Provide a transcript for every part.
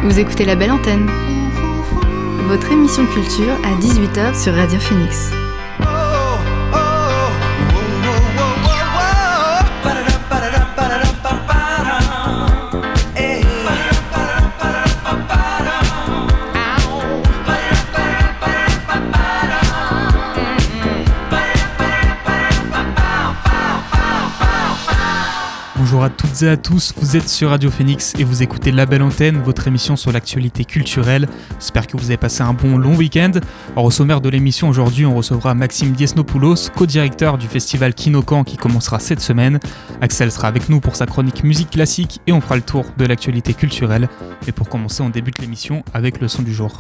Vous écoutez La Belle Antenne, votre émission culture à 18h sur Radio Phoenix. Bonjour à toutes et à tous, vous êtes sur Radio Phoenix et vous écoutez La Belle Antenne, votre émission sur l'actualité culturelle. J'espère que vous avez passé un bon long week-end. Alors, au sommaire de l'émission aujourd'hui, on recevra Maxime Diesnopoulos, co-directeur du festival Kinokan qui commencera cette semaine. Axel sera avec nous pour sa chronique musique classique et on fera le tour de l'actualité culturelle. Et pour commencer, on débute l'émission avec le son du jour.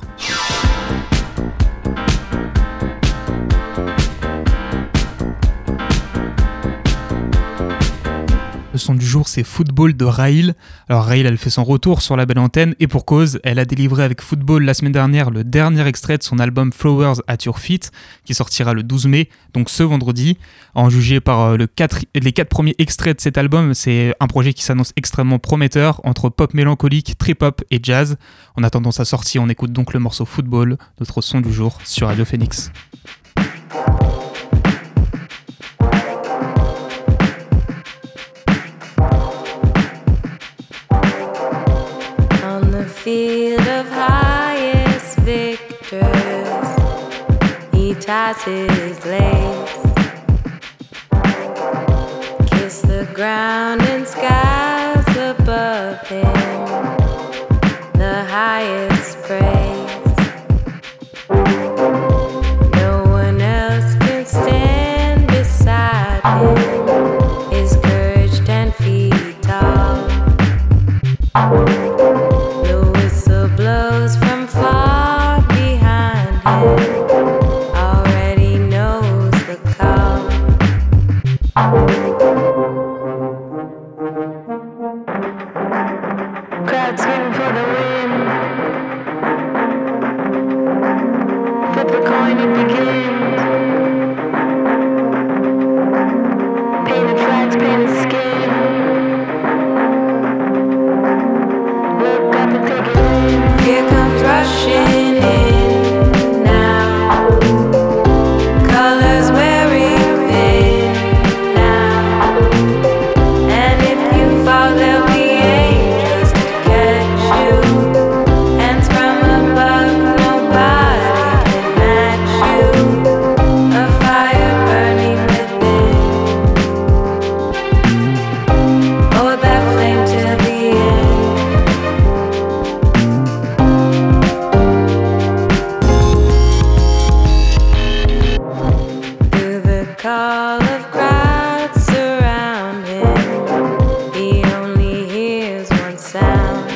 Le son du jour, c'est Football de Raïl. Alors Raïl, elle fait son retour sur La Belle Antenne et pour cause, elle a délivré avec Football la semaine dernière le dernier extrait de son album Flowers at Your Feet qui sortira le 12 mai, donc ce vendredi. En juger par les 4 premiers extraits de cet album, c'est un projet qui s'annonce extrêmement prometteur entre pop mélancolique, trip-hop et jazz. En attendant sa sortie, on écoute donc le morceau Football, notre son du jour sur Radio Phoenix. Field of highest victors, he ties his lace, kiss the ground and skies above him, the highest praise. No one else can stand beside him, his courage 10 feet tall. Blows from far behind him, already knows the call. Crowd screaming for the win. Flip the coin, it begins. Painted flags, painted skin. Look up and take it in. Here comes rushing in now. Colors wearing thin now. And if you fall, there'll be angels to catch you. Hands from above, nobody can match you. A fire burning within. Hold that flame till the end. Call of crowds surround him, he only hears one sound.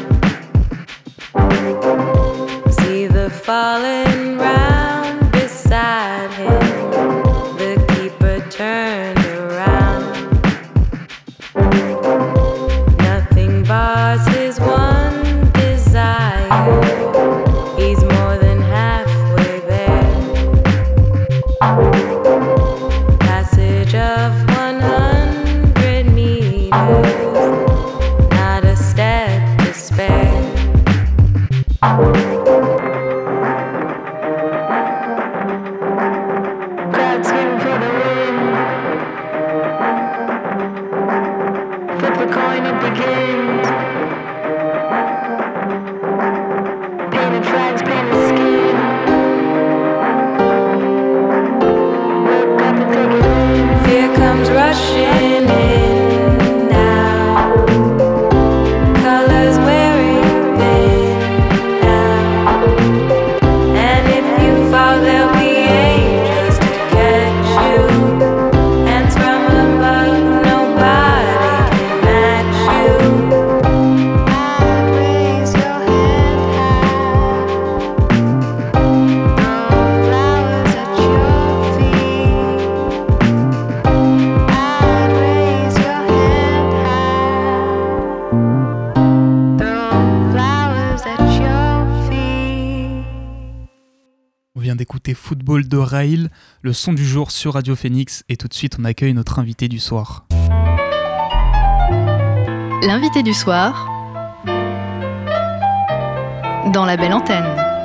See the fallen round beside him, the keeper turned around. Nothing bars his one desire, he's more than halfway there. Of 100 meters, not a step to spare. Crowd screaming for the win. Flip the coin, it begins. Painted flags, painted skin. Look up and take it in. Fear comes rushing in now. Colors wearing thin now. And if you fall, there'll be angels to catch you. Hands from above, nobody can match you. I'd raise your head high. Oh, flowers at your feet. I'd raise your head high, throw flowers at your feet. On vient d'écouter Football de Raïl, le son du jour sur Radio Phoenix et tout de suite on accueille notre invité du soir. L'invité du soir dans la belle antenne.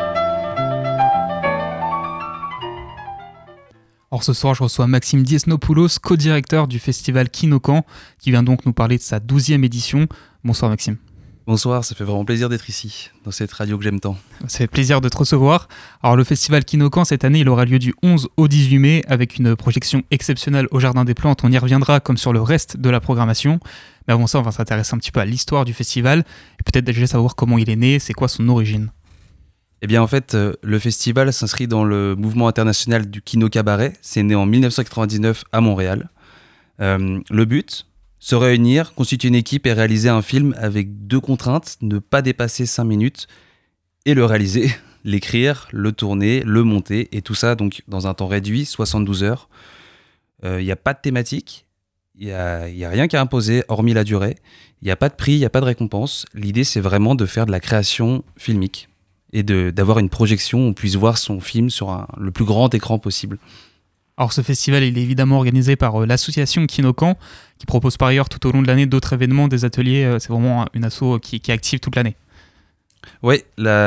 Alors ce soir, je reçois Maxime Diesnopoulos, co-directeur du festival Kinokan, qui vient donc nous parler de sa 12e édition. Bonsoir Maxime. Bonsoir, ça fait vraiment plaisir d'être ici, dans cette radio que j'aime tant. Ça fait plaisir de te recevoir. Alors le festival Kinokan, cette année, il aura lieu du 11 au 18 mai, avec une projection exceptionnelle au Jardin des Plantes. On y reviendra comme sur le reste de la programmation. Mais avant ça, on va s'intéresser un petit peu à l'histoire du festival, et peut-être déjà savoir comment il est né, c'est quoi son origine. Eh bien en fait, le festival s'inscrit dans le mouvement international du Kino Cabaret. C'est né en 1999 à Montréal. Le but, se réunir, constituer une équipe et réaliser un film avec 2 contraintes, ne pas dépasser 5 minutes et le réaliser, l'écrire, le tourner, le monter, et tout ça donc dans un temps réduit, 72 heures. Il n'y a pas de thématique, il n'y a rien qu'à imposer hormis la durée, il n'y a pas de prix, il n'y a pas de récompense. L'idée c'est vraiment de faire de la création filmique et d'avoir une projection où on puisse voir son film sur le plus grand écran possible. Alors ce festival, il est évidemment organisé par l'association Kinokan, qui propose par ailleurs tout au long de l'année d'autres événements, des ateliers. C'est vraiment une asso qui est active toute l'année. Oui,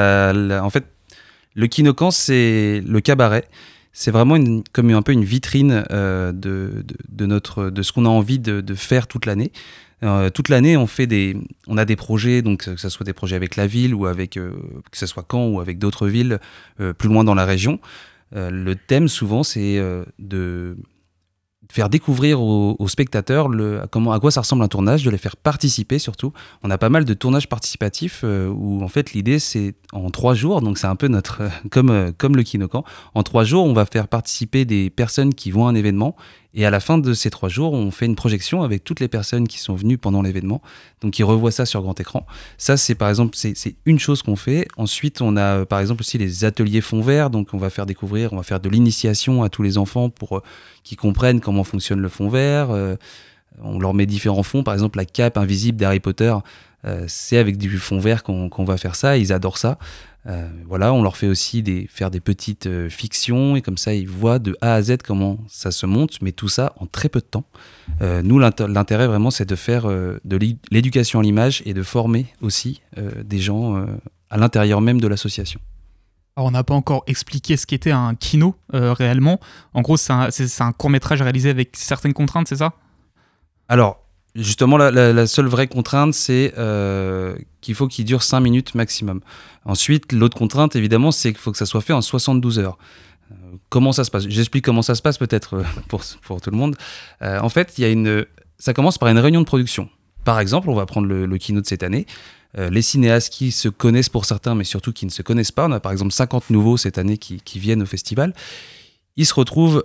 en fait, le Kinokan, c'est le cabaret. C'est vraiment comme un peu une vitrine de ce qu'on a envie de faire toute l'année. Toute l'année, on a des projets, donc que ce soit des projets avec la ville ou avec que ce soit Caen ou avec d'autres villes plus loin dans la région. Le thème souvent c'est de faire découvrir aux spectateurs à quoi ça ressemble un tournage, de les faire participer surtout. On a pas mal de tournages participatifs où en fait l'idée c'est en 3 jours, donc c'est un peu notre comme le Kinokan. En 3 jours, on va faire participer des personnes qui vont à un événement. Et à la fin de ces 3 jours, on fait une projection avec toutes les personnes qui sont venues pendant l'événement. Donc, ils revoient ça sur grand écran. Ça, c'est par exemple, c'est une chose qu'on fait. Ensuite, on a par exemple aussi les ateliers fond vert. Donc, on va faire de l'initiation à tous les enfants pour qu'ils comprennent comment fonctionne le fond vert. On leur met différents fonds. Par exemple, la cape invisible d'Harry Potter, c'est avec du fond vert qu'on va faire ça. Ils adorent ça. Voilà, on leur fait aussi faire des petites fictions et comme ça ils voient de A à Z comment ça se monte, mais tout ça en très peu de temps. Nous, l'intérêt vraiment c'est de faire de l'éducation à l'image et de former aussi des gens à l'intérieur même de l'association. Alors on n'a pas encore expliqué ce qu'était un kino réellement. En gros, c'est un court-métrage réalisé avec certaines contraintes, c'est ça ? Alors, justement, la seule vraie contrainte, c'est qu'il faut qu'il dure 5 minutes maximum. Ensuite, l'autre contrainte, évidemment, c'est qu'il faut que ça soit fait en 72 heures. Comment ça se passe ? J'explique comment ça se passe peut-être pour tout le monde. En fait, ça commence par une réunion de production. Par exemple, on va prendre le kino de cette année. Les cinéastes qui se connaissent pour certains, mais surtout qui ne se connaissent pas. On a par exemple 50 nouveaux cette année qui viennent au festival. Ils se retrouvent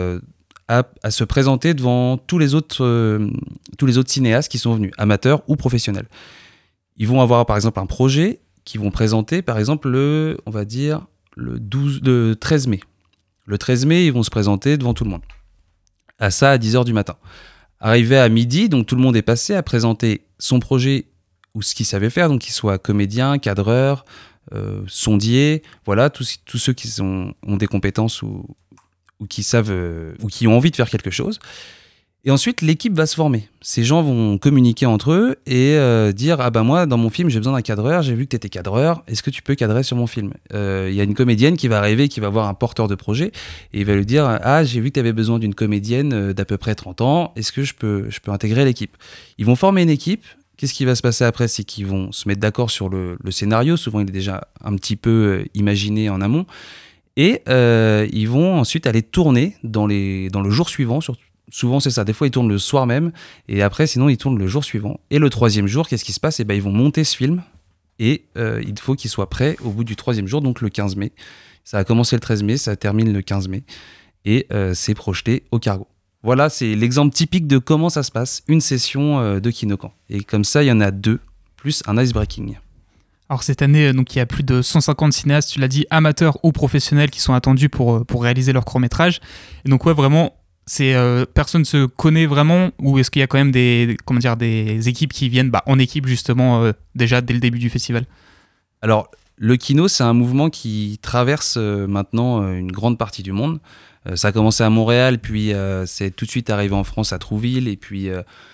à se présenter devant tous les autres cinéastes qui sont venus, amateurs ou professionnels. Ils vont avoir par exemple un projet qu'ils vont présenter, par exemple le 13 mai. Le 13 mai, ils vont se présenter devant tout le monde. À 10h du matin. Arrivé à midi, donc tout le monde est passé à présenter son projet ou ce qu'il savait faire, donc qu'il soit comédien, cadreur, sondier, voilà, tous ceux qui ont des compétences ou qui savent ou qui ont envie de faire quelque chose. Et ensuite, l'équipe va se former. Ces gens vont communiquer entre eux et dire « Ah ben moi, dans mon film, j'ai besoin d'un cadreur, j'ai vu que tu étais cadreur, est-ce que tu peux cadrer sur mon film ?» Il y a une comédienne qui va arriver, qui va voir un porteur de projet et il va lui dire « Ah, j'ai vu que tu avais besoin d'une comédienne d'à peu près 30 ans, est-ce que je peux intégrer l'équipe ?» Ils vont former une équipe. Qu'est-ce qui va se passer après ? C'est qu'ils vont se mettre d'accord sur le scénario. Souvent, il est déjà un petit peu imaginé en amont. Et ils vont ensuite aller tourner dans le jour suivant. Souvent, c'est ça. Des fois, ils tournent le soir même. Et après, sinon, ils tournent le jour suivant. Et le 3e jour, qu'est-ce qui se passe ? Ils vont monter ce film. Et il faut qu'il soit prêt au bout du 3e jour, donc le 15 mai. Ça a commencé le 13 mai, ça termine le 15 mai. Et c'est projeté au Cargo. Voilà, c'est l'exemple typique de comment ça se passe, une session de Kinokan. Et comme ça, il y en a 2, plus un icebreaking. Alors cette année, donc, il y a plus de 150 cinéastes, tu l'as dit, amateurs ou professionnels qui sont attendus pour réaliser leur court-métrage. Et donc ouais, vraiment, personne ne se connaît vraiment, ou est-ce qu'il y a quand même des équipes qui viennent en équipe justement déjà dès le début du festival ? Alors le kino, c'est un mouvement qui traverse maintenant une grande partie du monde. Ça a commencé à Montréal, puis c'est tout de suite arrivé en France à Trouville, et puis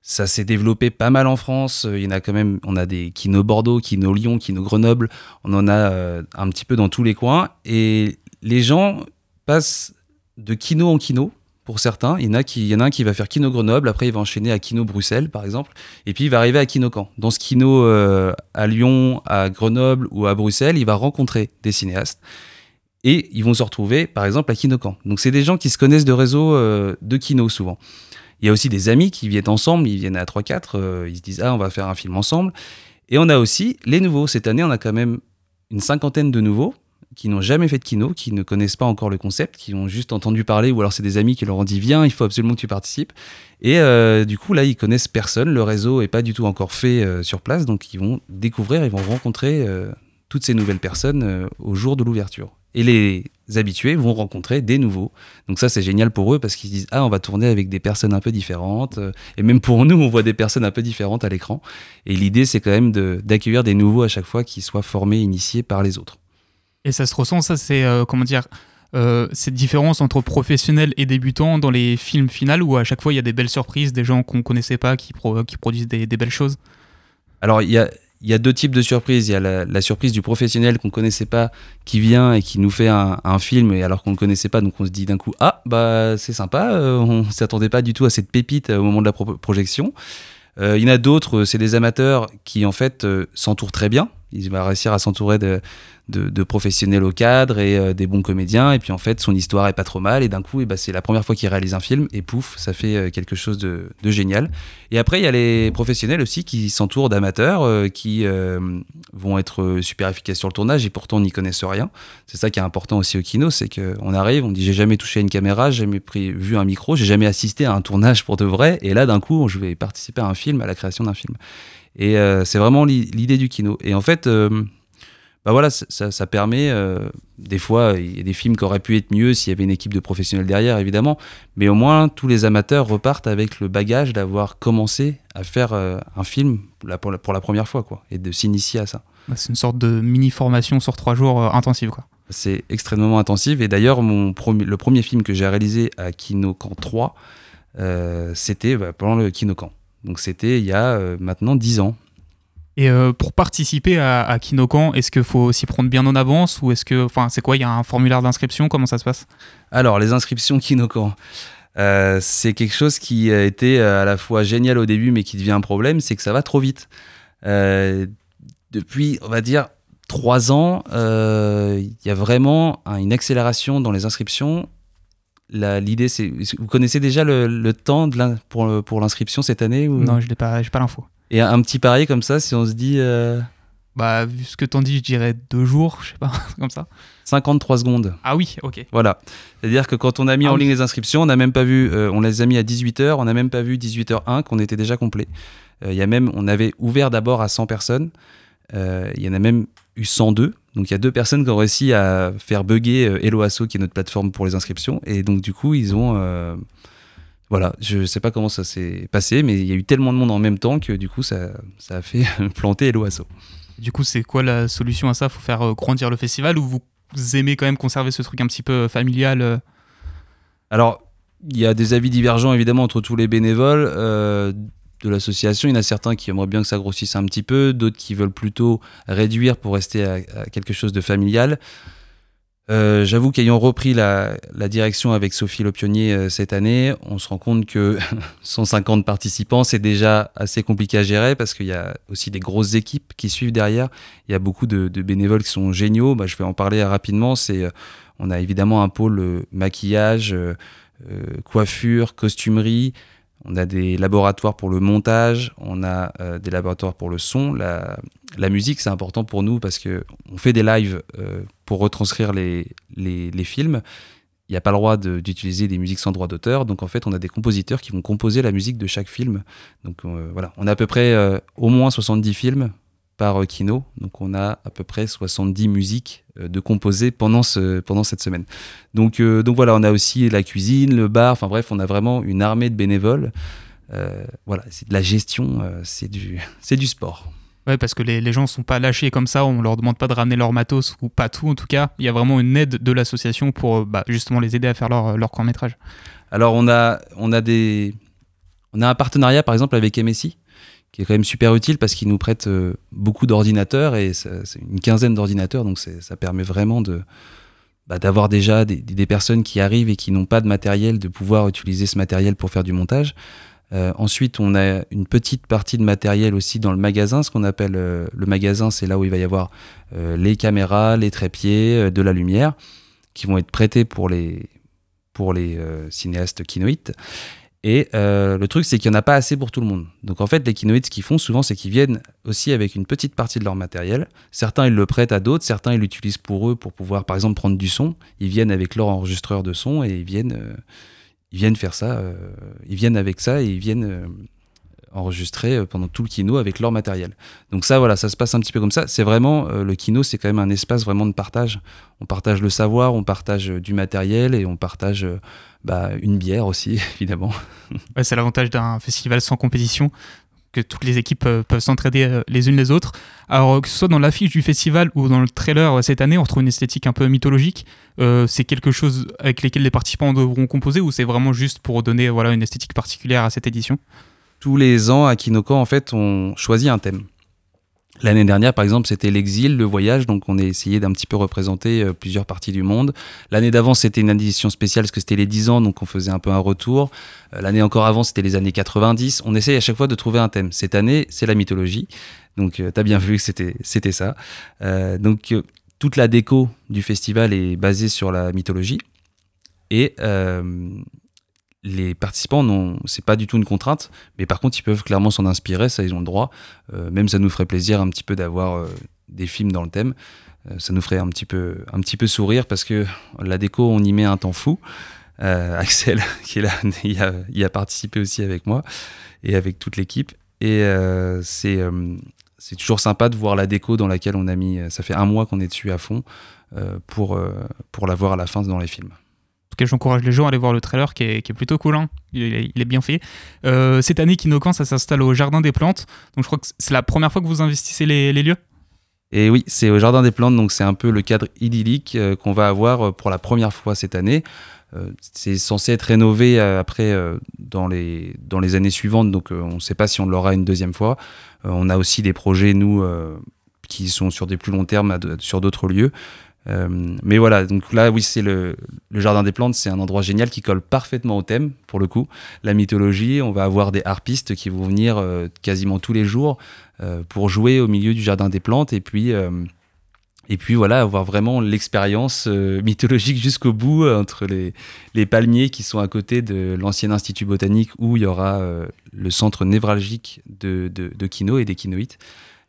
Ça s'est développé pas mal en France. Il y en a quand même, on a des Kino Bordeaux, Kino Lyon, Kino Grenoble. On en a un petit peu dans tous les coins. Et les gens passent de kino en kino. Pour certains, il y en a un qui va faire Kino Grenoble, après il va enchaîner à Kino Bruxelles par exemple, et puis il va arriver à Kino Caen. Dans ce kino à Lyon, à Grenoble ou à Bruxelles, il va rencontrer des cinéastes et ils vont se retrouver par exemple à Kino Caen. Donc c'est des gens qui se connaissent de réseau de kino souvent. Il y a aussi des amis qui viennent ensemble, ils viennent à 3-4, ils se disent on va faire un film ensemble. Et on a aussi les nouveaux. Cette année on a quand même une 50aine de nouveaux qui n'ont jamais fait de kino, qui ne connaissent pas encore le concept, qui ont juste entendu parler, ou alors c'est des amis qui leur ont dit viens, il faut absolument que tu participes. Et du coup là ils connaissent personne, le réseau est pas du tout encore fait sur place, donc ils vont découvrir, ils vont rencontrer toutes ces nouvelles personnes au jour de l'ouverture. Et les habitués vont rencontrer des nouveaux. Donc ça c'est génial pour eux parce qu'ils se disent on va tourner avec des personnes un peu différentes, et même pour nous on voit des personnes un peu différentes à l'écran. Et l'idée c'est quand même d'accueillir des nouveaux à chaque fois qui soient formés, initiés par les autres. Et ça se ressent, ça c'est cette différence entre professionnels et débutants dans les films finaux où à chaque fois il y a des belles surprises, des gens qu'on connaissait pas qui produisent des belles choses. Alors il y a deux types de surprises. Il y a la surprise du professionnel qu'on connaissait pas, qui vient et qui nous fait un film et alors qu'on le connaissait pas, donc on se dit d'un coup c'est sympa, on s'attendait pas du tout à cette pépite au moment de la projection. Il y en a d'autres, c'est des amateurs qui en fait s'entourent très bien. Il va réussir à s'entourer de professionnels au cadre et des bons comédiens. Et puis en fait, son histoire est pas trop mal. Et d'un coup, c'est la première fois qu'il réalise un film. Et pouf, ça fait quelque chose de génial. Et après, il y a les professionnels aussi qui s'entourent d'amateurs qui vont être super efficaces sur le tournage et pourtant n'y connaissent rien. C'est ça qui est important aussi au kino, c'est qu'on arrive, on dit j'ai jamais touché à une caméra, j'ai jamais vu un micro, j'ai jamais assisté à un tournage pour de vrai. Et là, d'un coup, je vais participer à un film, à la création d'un film. Et c'est vraiment l'idée du kino. Et en fait, ça permet, des fois, il y a des films qui auraient pu être mieux s'il y avait une équipe de professionnels derrière, évidemment, mais au moins, tous les amateurs repartent avec le bagage d'avoir commencé à faire un film pour la première fois, quoi, et de s'initier à ça. C'est une sorte de mini-formation sur 3 jours intensive, quoi. C'est extrêmement intensif, et d'ailleurs, le premier film que j'ai réalisé à Kino Caen 3, c'était pendant le Kino Caen. Donc c'était il y a maintenant 10 ans. Et pour participer à Kino Caen, est-ce qu'il faut s'y prendre bien en avance ou c'est quoi, il y a un formulaire d'inscription, comment ça se passe ? Alors les inscriptions Kino Caen, c'est quelque chose qui a été à la fois génial au début mais qui devient un problème, c'est que ça va trop vite. Depuis, on va dire, 3 ans, il y a vraiment une accélération dans les inscriptions. L'idée, c'est... Vous connaissez déjà le temps pour l'inscription cette année ou... Non, j'ai pas l'info. Et un petit pari comme ça, si on se dit... Vu ce que t'en dis, je dirais 2 jours, je sais pas, comme ça. 53 secondes. Ah oui, ok. Voilà. C'est-à-dire que quand on a mis en ligne les inscriptions, on n'a même pas vu... on les a mis à 18h, on n'a même pas vu 18h01, qu'on était déjà complet. On avait ouvert d'abord à 100 personnes. Il y en a même eu 102. Donc il y a 2 personnes qui ont réussi à faire bugger Hello Asso, qui est notre plateforme pour les inscriptions. Et donc du coup, ils ont... Voilà, je sais pas comment ça s'est passé, mais il y a eu tellement de monde en même temps que du coup, ça a fait planter Hello Asso. Du coup, c'est quoi la solution à ça ? Faut faire grandir le festival ou vous aimez quand même conserver ce truc un petit peu familial Alors, il y a des avis divergents évidemment entre tous les bénévoles de l'association. Il y en a certains qui aimeraient bien que ça grossisse un petit peu, d'autres qui veulent plutôt réduire pour rester à quelque chose de familial. J'avoue qu'ayant repris la direction avec Sophie Lopionnier cette année, on se rend compte que 150 participants, c'est déjà assez compliqué à gérer parce qu'il y a aussi des grosses équipes qui suivent derrière. Il y a beaucoup de bénévoles qui sont géniaux. Je vais en parler rapidement. On a évidemment un pôle maquillage, coiffure, costumerie. On a des laboratoires pour le montage, on a des laboratoires pour le son. La musique, c'est important pour nous parce qu'on fait des lives pour retranscrire les films. Il n'y a pas le droit d'utiliser des musiques sans droit d'auteur. Donc en fait, on a des compositeurs qui vont composer la musique de chaque film. Donc voilà, on a à peu près au moins 70 films par kino. Donc on a à peu près 70 musiques de composer pendant cette semaine. Donc voilà, on a aussi la cuisine, le bar, enfin bref, on a vraiment une armée de bénévoles. Voilà, c'est de la gestion, c'est du sport. Ouais, parce que les gens sont pas lâchés comme ça, on leur demande pas de ramener leur matos, ou pas tout en tout cas. Il y a vraiment une aide de l'association pour justement les aider à faire leur court-métrage. Alors on a On a un partenariat par exemple avec MSI, qui est quand même super utile parce qu'ils nous prêtent beaucoup d'ordinateurs, et c'est une quinzaine d'ordinateurs, donc ça permet vraiment d'avoir déjà des personnes qui arrivent et qui n'ont pas de matériel, de pouvoir utiliser ce matériel pour faire du montage. Ensuite, on a une petite partie de matériel aussi dans le magasin. Ce qu'on appelle le magasin, c'est là où il va y avoir les caméras, les trépieds, de la lumière, qui vont être prêtés pour les cinéastes kinoïtes. Et le truc, c'est qu'il n'y en a pas assez pour tout le monde. Donc en fait, les kinoïtes, ce qu'ils font souvent, c'est qu'ils viennent aussi avec une petite partie de leur matériel. Certains, ils le prêtent à d'autres. Certains, ils l'utilisent pour eux, pour pouvoir, par exemple, prendre du son. Ils viennent avec leur enregistreur de son et ils viennent faire ça. Ils viennent avec ça et ils viennent enregistrer pendant tout le kino avec leur matériel. Donc ça, voilà, ça se passe un petit peu comme ça. C'est vraiment, le kino, c'est quand même un espace vraiment de partage. On partage le savoir, on partage du matériel et on partage une bière aussi, évidemment. Ouais, c'est l'avantage d'un festival sans compétition, que toutes les équipes peuvent s'entraider les unes les autres. Alors, que ce soit dans l'affiche du festival ou dans le trailer cette année, on retrouve une esthétique un peu mythologique. C'est quelque chose avec lesquels les participants devront composer, ou c'est vraiment juste pour donner une esthétique particulière à cette édition? Tous les ans, à Kinokan, en fait, on choisit un thème. L'année dernière, par exemple, c'était l'exil, le voyage, donc on a essayé d'un petit peu représenter plusieurs parties du monde. L'année d'avant, c'était une édition spéciale parce que c'était les 10 ans, donc on faisait un peu un retour. L'année encore avant, c'était les années 90. On essaye à chaque fois de trouver un thème. Cette année, c'est la mythologie, donc t'as bien vu que c'était ça. Toute la déco du festival est basée sur la mythologie, et les participants, c'est pas du tout une contrainte, mais par contre ils peuvent clairement s'en inspirer, ça ils ont le droit. Même ça nous ferait plaisir un petit peu d'avoir des films dans le thème. Ça nous ferait un petit peu sourire parce que la déco, on y met un temps fou. Axel, qui est là, il a participé aussi avec moi et avec toute l'équipe. Et c'est toujours sympa de voir la déco dans laquelle on a mis. Ça fait 1 mois qu'on est dessus à fond pour la voir à la fin dans les films. J'encourage les gens à aller voir le trailer qui est plutôt cool, hein. Il est bien fait. Cette année, Kinokan, ça s'installe au Jardin des Plantes, donc je crois que c'est la première fois que vous investissez les lieux. Et oui, c'est au Jardin des Plantes, donc c'est un peu le cadre idyllique qu'on va avoir pour la première fois cette année. C'est censé être rénové après dans les années suivantes, donc on ne sait pas si on l'aura une deuxième fois. On a aussi des projets, nous, qui sont sur des plus longs termes sur d'autres lieux. Mais voilà, donc là, oui, c'est le Jardin des Plantes, c'est un endroit génial qui colle parfaitement au thème, pour le coup. La mythologie, on va avoir des harpistes qui vont venir quasiment tous les jours pour jouer au milieu du Jardin des Plantes, et puis voilà, avoir vraiment l'expérience mythologique jusqu'au bout, entre les palmiers qui sont à côté de l'ancien institut botanique où il y aura le centre névralgique de Kino et des Kinoïtes.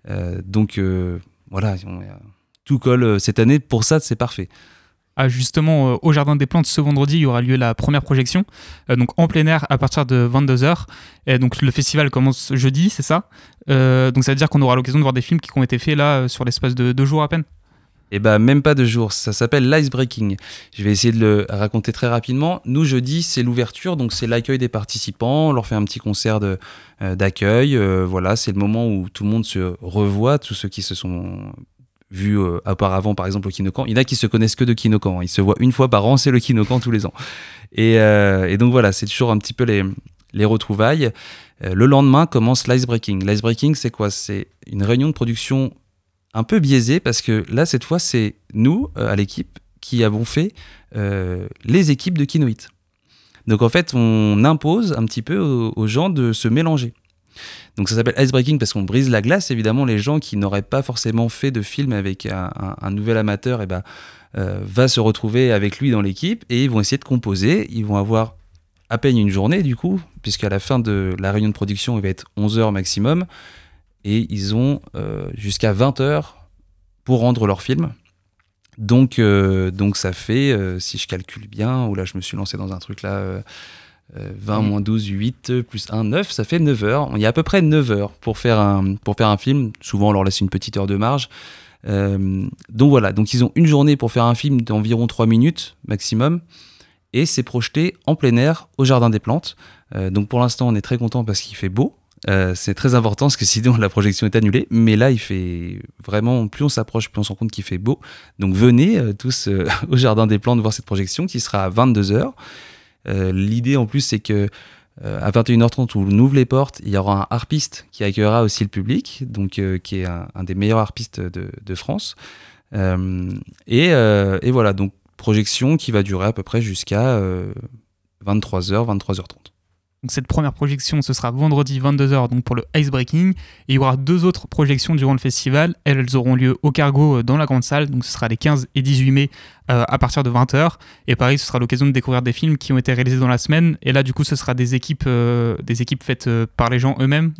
Voilà, tout colle cette année, pour ça c'est parfait. Ah, justement, au Jardin des Plantes, ce vendredi, il y aura lieu la première projection, donc en plein air à partir de 22h. Donc le festival commence jeudi, c'est ça? Donc ça veut dire qu'on aura l'occasion de voir des films qui ont été faits là sur l'espace de 2 jours à peine. Et même pas 2 jours, ça s'appelle l'Ice Breaking. Je vais essayer de le raconter très rapidement. Nous, jeudi, c'est l'ouverture, donc c'est l'accueil des participants, on leur fait un petit concert d'accueil. Voilà, c'est le moment où tout le monde se revoit, tous ceux qui se sont vus auparavant, par exemple, au Kinokan. Il y en a qui se connaissent que de Kinokan, ils se voient une fois par an, c'est le Kinokan tous les ans. Et donc voilà, c'est toujours un petit peu les retrouvailles. Le lendemain commence l'Ice Breaking. L'Ice Breaking, c'est quoi? C'est une réunion de production un peu biaisé, parce que là, cette fois, c'est nous, à l'équipe, qui avons fait les équipes de Kinoïtes. Donc en fait, on impose un petit peu aux gens de se mélanger. Donc ça s'appelle Icebreaking parce qu'on brise la glace. Évidemment, les gens qui n'auraient pas forcément fait de film avec un nouvel amateur, va se retrouver avec lui dans l'équipe, et ils vont essayer de composer. Ils vont avoir à peine une journée, du coup, puisqu'à la fin de la réunion de production, il va être 11h maximum. Et ils ont jusqu'à 20h pour rendre leur film. Donc ça fait, si je calcule bien, ou là je me suis lancé dans un truc là, 20 moins 12, 8, plus 1, 9, ça fait 9h. Il y a à peu près 9h pour faire un film. Souvent on leur laisse une petite heure de marge. Donc voilà, donc ils ont une journée pour faire un film d'environ 3 minutes maximum. Et c'est projeté en plein air au Jardin des Plantes. Donc pour l'instant on est très content parce qu'il fait beau. C'est très important parce que sinon la projection est annulée, mais là il fait vraiment, plus on s'approche, plus on se rend compte qu'il fait beau. Donc venez tous au Jardin des Plantes voir cette projection qui sera à 22h. L'idée en plus c'est que à 21h30 où on ouvre les portes, il y aura un harpiste qui accueillera aussi le public, donc qui est un des meilleurs harpistes de France. Et voilà, donc projection qui va durer à peu près jusqu'à 23h, 23h30. Donc cette première projection, ce sera vendredi 22h donc pour le Icebreaking. Et il y aura 2 autres projections durant le festival. Elles auront lieu au Cargo dans la grande salle. Donc ce sera les 15 et 18 mai à partir de 20h. Et pareil, ce sera l'occasion de découvrir des films qui ont été réalisés dans la semaine. Et là, du coup, ce sera des équipes faites par les gens eux-mêmes.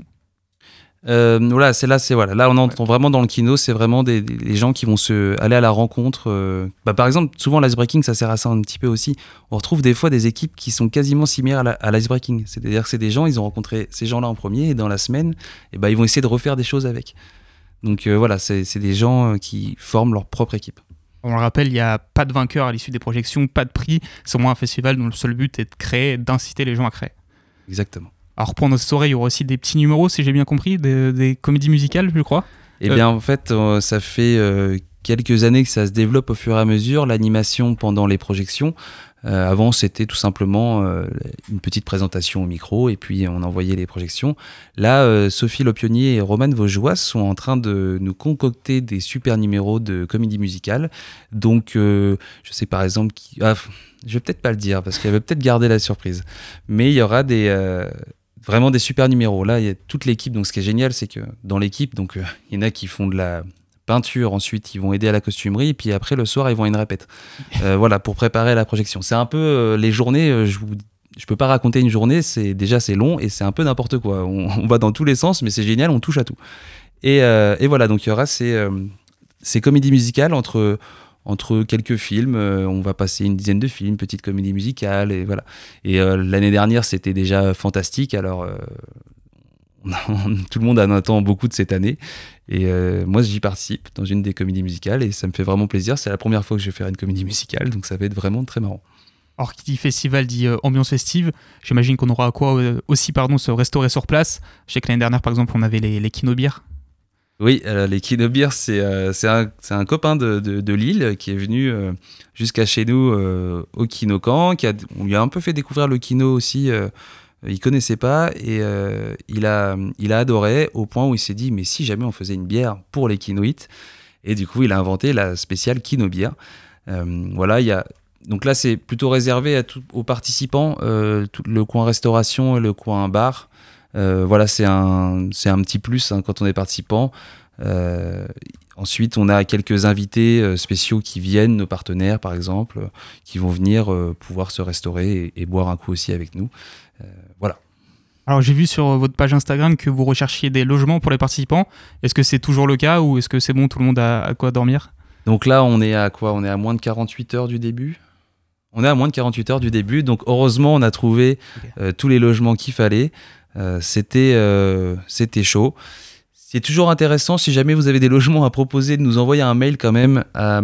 Voilà, voilà. Là, on entend vraiment dans le kino, c'est vraiment des gens qui vont aller à la rencontre. Par exemple, souvent l'icebreaking, ça sert à ça un petit peu aussi. On retrouve des fois des équipes qui sont quasiment similaires à l'icebreaking. C'est-à-dire que c'est des gens, ils ont rencontré ces gens-là en premier et dans la semaine, ils vont essayer de refaire des choses avec. Donc voilà, c'est des gens qui forment leur propre équipe. On le rappelle, il n'y a pas de vainqueur à l'issue des projections, pas de prix. C'est au moins un festival dont le seul but est de créer, d'inciter les gens à créer. Exactement. Alors pendant cette soirée, il y aura aussi des petits numéros, si j'ai bien compris, des comédies musicales, je crois. Eh bien, en fait, ça fait quelques années que ça se développe au fur et à mesure, l'animation pendant les projections. Avant, c'était tout simplement une petite présentation au micro et puis on envoyait les projections. Là, Sophie Lopionnier et Romane Vaugeois sont en train de nous concocter des super numéros de comédie musicale. Donc, je sais par exemple... je vais peut-être pas le dire parce qu'elle veut peut-être garder la surprise. Mais il y aura vraiment des super numéros. Là, il y a toute l'équipe. Donc, ce qui est génial, c'est que dans l'équipe, donc il y en a qui font de la peinture, ensuite ils vont aider à la costumerie, et puis après le soir ils vont à une répète. Voilà, pour préparer la projection. C'est un peu les journées. Je peux pas raconter une journée. C'est long et c'est un peu n'importe quoi. On va dans tous les sens, mais c'est génial. On touche à tout. Et voilà. Donc il y aura ces comédies musicales entre quelques films, on va passer une dizaine de films, petite comédie musicale, et voilà. Et l'année dernière, c'était déjà fantastique, alors tout le monde en attend beaucoup de cette année. Et moi, j'y participe dans une des comédies musicales, et ça me fait vraiment plaisir. C'est la première fois que je vais faire une comédie musicale, donc ça va être vraiment très marrant. Alors, qui dit festival dit ambiance festive. J'imagine qu'on aura aussi se restaurer sur place. Je sais que l'année dernière, par exemple, on avait les kinobières. Oui, les Kinobières, c'est un copain de Lille qui est venu jusqu'à chez nous au Kinocan. On lui a un peu fait découvrir le kino aussi. Il connaissait pas et il a adoré au point où il s'est dit mais si jamais on faisait une bière pour les Kinoïtes. Et du coup, il a inventé la spéciale Kinobière. Voilà, donc là, c'est plutôt réservé aux participants, tout le coin restauration et le coin bar. Voilà, c'est un petit plus quand on est participant. Ensuite, on a quelques invités spéciaux qui viennent, nos partenaires par exemple, qui vont venir pouvoir se restaurer et boire un coup aussi avec nous. Voilà. Alors j'ai vu sur votre page Instagram que vous recherchiez des logements pour les participants. Est-ce que c'est toujours le cas ou est-ce que c'est bon, tout le monde a à quoi dormir ? Donc là, on est à quoi ? On est à moins de 48 heures du début. On est à moins de 48 heures du début, donc heureusement on a trouvé tous les logements qu'il fallait. C'était chaud. C'est toujours intéressant, si jamais vous avez des logements à proposer, de nous envoyer un mail quand même.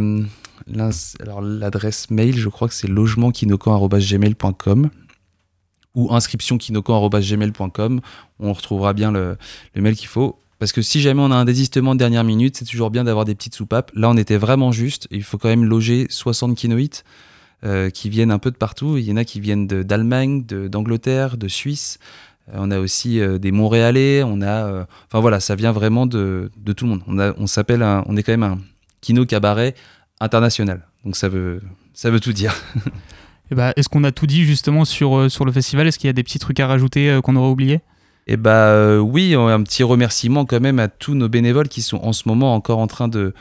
Alors l'adresse mail, je crois que c'est logementkinocan@gmail.com ou inscriptionkinocan@gmail.com. On retrouvera bien le mail qu'il faut. Parce que si jamais on a un désistement de dernière minute, c'est toujours bien d'avoir des petites soupapes. Là, on était vraiment juste. Il faut quand même loger 60 Kinoïtes. Qui viennent un peu de partout. Il y en a qui viennent d'Allemagne, d'Angleterre, de Suisse. On a aussi des Montréalais. Enfin voilà, ça vient vraiment de tout le monde. On est quand même un kino cabaret international. Donc ça veut tout dire. Et est-ce qu'on a tout dit justement sur le festival ? Est-ce qu'il y a des petits trucs à rajouter qu'on aurait oublié ? Oui, un petit remerciement quand même à tous nos bénévoles qui sont en ce moment encore en train de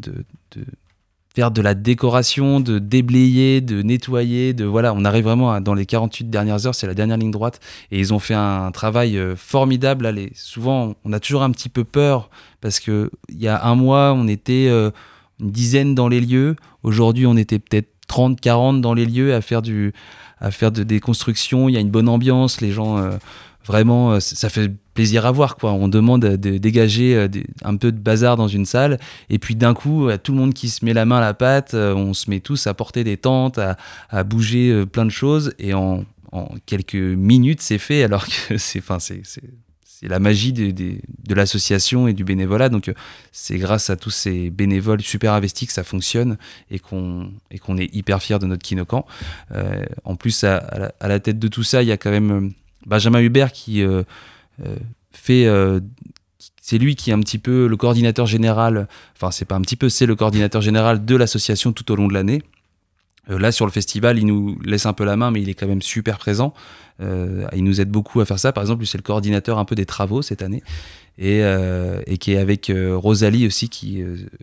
faire de la décoration, de déblayer, de nettoyer, voilà, on arrive vraiment dans les 48 dernières heures, c'est la dernière ligne droite, et ils ont fait un travail formidable. Souvent, on a toujours un petit peu peur, parce qu'il y a un mois, on était une dizaine dans les lieux, aujourd'hui, on était peut-être 30, 40 dans les lieux à faire des constructions, il y a une bonne ambiance, les gens... Vraiment, ça fait plaisir à voir, quoi. On demande de dégager un peu de bazar dans une salle, et puis d'un coup, tout le monde qui se met la main à la pâte, on se met tous à porter des tentes, à bouger plein de choses, et en quelques minutes, c'est fait, alors que c'est la magie de l'association et du bénévolat. Donc, c'est grâce à tous ces bénévoles super investis que ça fonctionne, et qu'on est hyper fiers de notre Kinocan. En plus, à la tête de tout ça, il y a quand même... Benjamin Hubert qui fait... c'est lui qui est un petit peu le coordinateur général, enfin c'est pas un petit peu, c'est le coordinateur général de l'association tout au long de l'année. Là sur le festival, il nous laisse un peu la main, mais il est quand même super présent. Il nous aide beaucoup à faire ça. Par exemple, lui c'est le coordinateur un peu des travaux cette année, et qui est avec Rosalie aussi, qui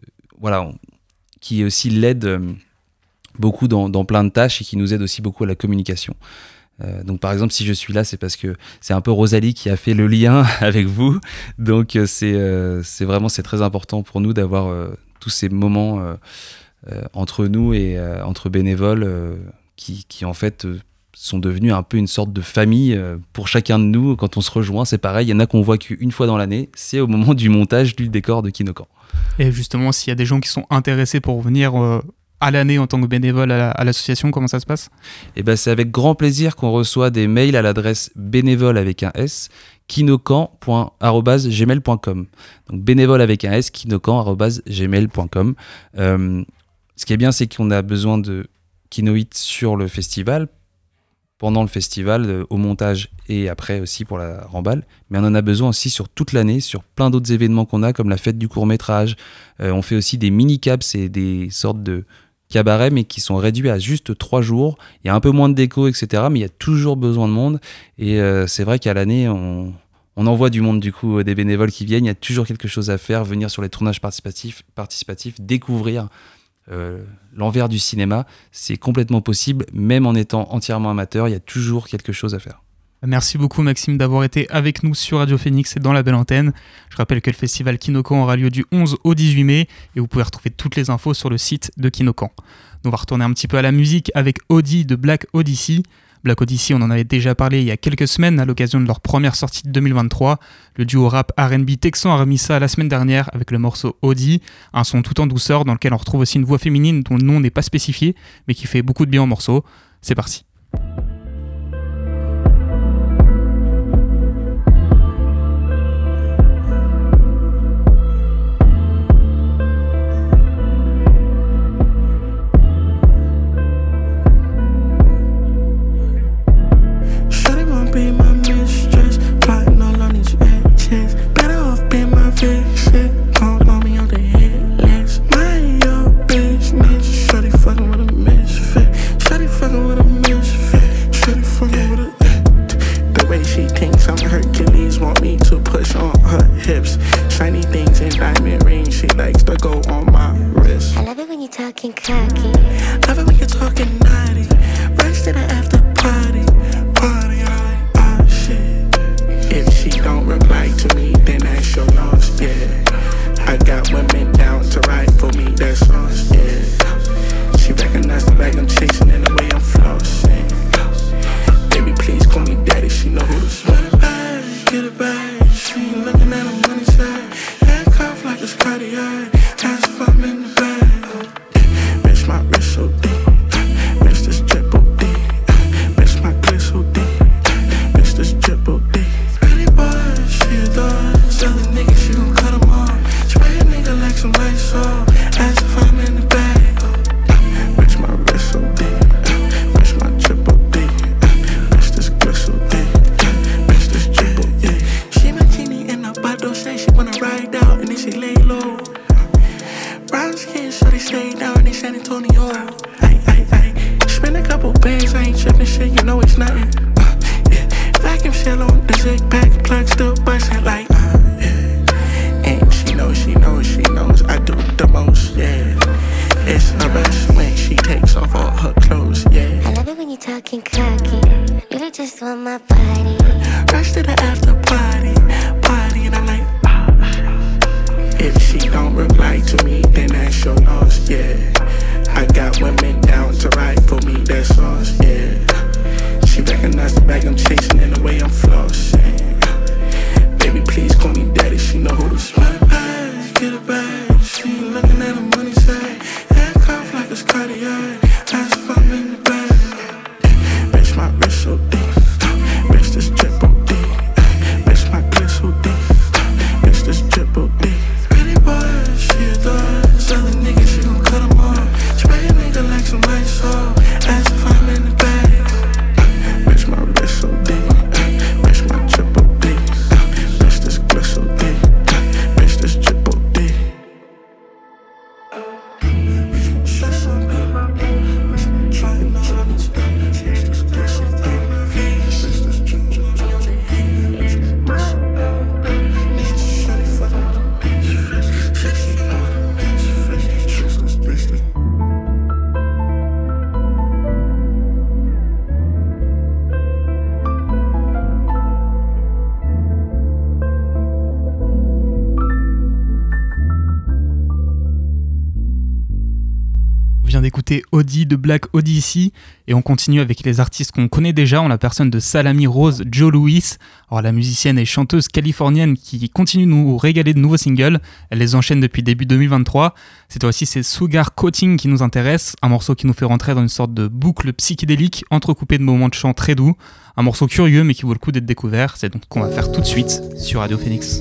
aussi l'aide beaucoup dans plein de tâches et qui nous aide aussi beaucoup à la communication. Donc par exemple, si je suis là, c'est parce que c'est un peu Rosalie qui a fait le lien avec vous. Donc c'est vraiment très important pour nous d'avoir tous ces moments entre nous et entre bénévoles qui en fait sont devenus un peu une sorte de famille pour chacun de nous. Quand on se rejoint, c'est pareil. Il y en a qu'on voit qu'une fois dans l'année, c'est au moment du montage du décor de Kinokan. Et justement, s'il y a des gens qui sont intéressés pour venir à l'année en tant que bénévole à l'association, comment ça se passe ? Et ben, c'est avec grand plaisir qu'on reçoit des mails à l'adresse bénévole avec un S, kinokan@gmail.com. Donc bénévole avec un S, kinokan@gmail.com. Ce qui est bien, c'est qu'on a besoin de Kinohit sur le festival, pendant le festival, au montage et après aussi pour la remballe. Mais on en a besoin aussi sur toute l'année, sur plein d'autres événements qu'on a, comme la fête du court-métrage. On fait aussi des mini-caps, c'est des sortes de cabarets, mais qui sont réduits à juste 3 jours. Il y a un peu moins de déco, etc. Mais il y a toujours besoin de monde. Et c'est vrai qu'à l'année, on envoie du monde, du coup, des bénévoles qui viennent. Il y a toujours quelque chose à faire, venir sur les tournages participatifs, découvrir l'envers du cinéma. C'est complètement possible, même en étant entièrement amateur, il y a toujours quelque chose à faire. Merci beaucoup Maxime d'avoir été avec nous sur Radio Phoenix et dans la belle antenne. Je rappelle que le festival Kinokan aura lieu du 11 au 18 mai et vous pouvez retrouver toutes les infos sur le site de Kinokan. On va retourner un petit peu à la musique avec Audi de Black Odyssey. Black Odyssey, on en avait déjà parlé il y a quelques semaines à l'occasion de leur première sortie de 2023. Le duo rap R&B texan a remis ça la semaine dernière avec le morceau Audi, un son tout en douceur dans lequel on retrouve aussi une voix féminine dont le nom n'est pas spécifié mais qui fait beaucoup de bien au morceau. C'est parti. vient d'écouter Audi de Black Odyssey et on continue avec les artistes qu'on connaît déjà en la personne de Salami Rose Jo Lewis. Alors la musicienne et chanteuse californienne qui continue de nous régaler de nouveaux singles, elle les enchaîne depuis début 2023. Cette fois-ci c'est Sugar Coating qui nous intéresse, un morceau qui nous fait rentrer dans une sorte de boucle psychédélique entrecoupée de moments de chant très doux. Un morceau curieux mais qui vaut le coup d'être découvert, c'est donc ce qu'on va faire tout de suite sur Radio Phoenix.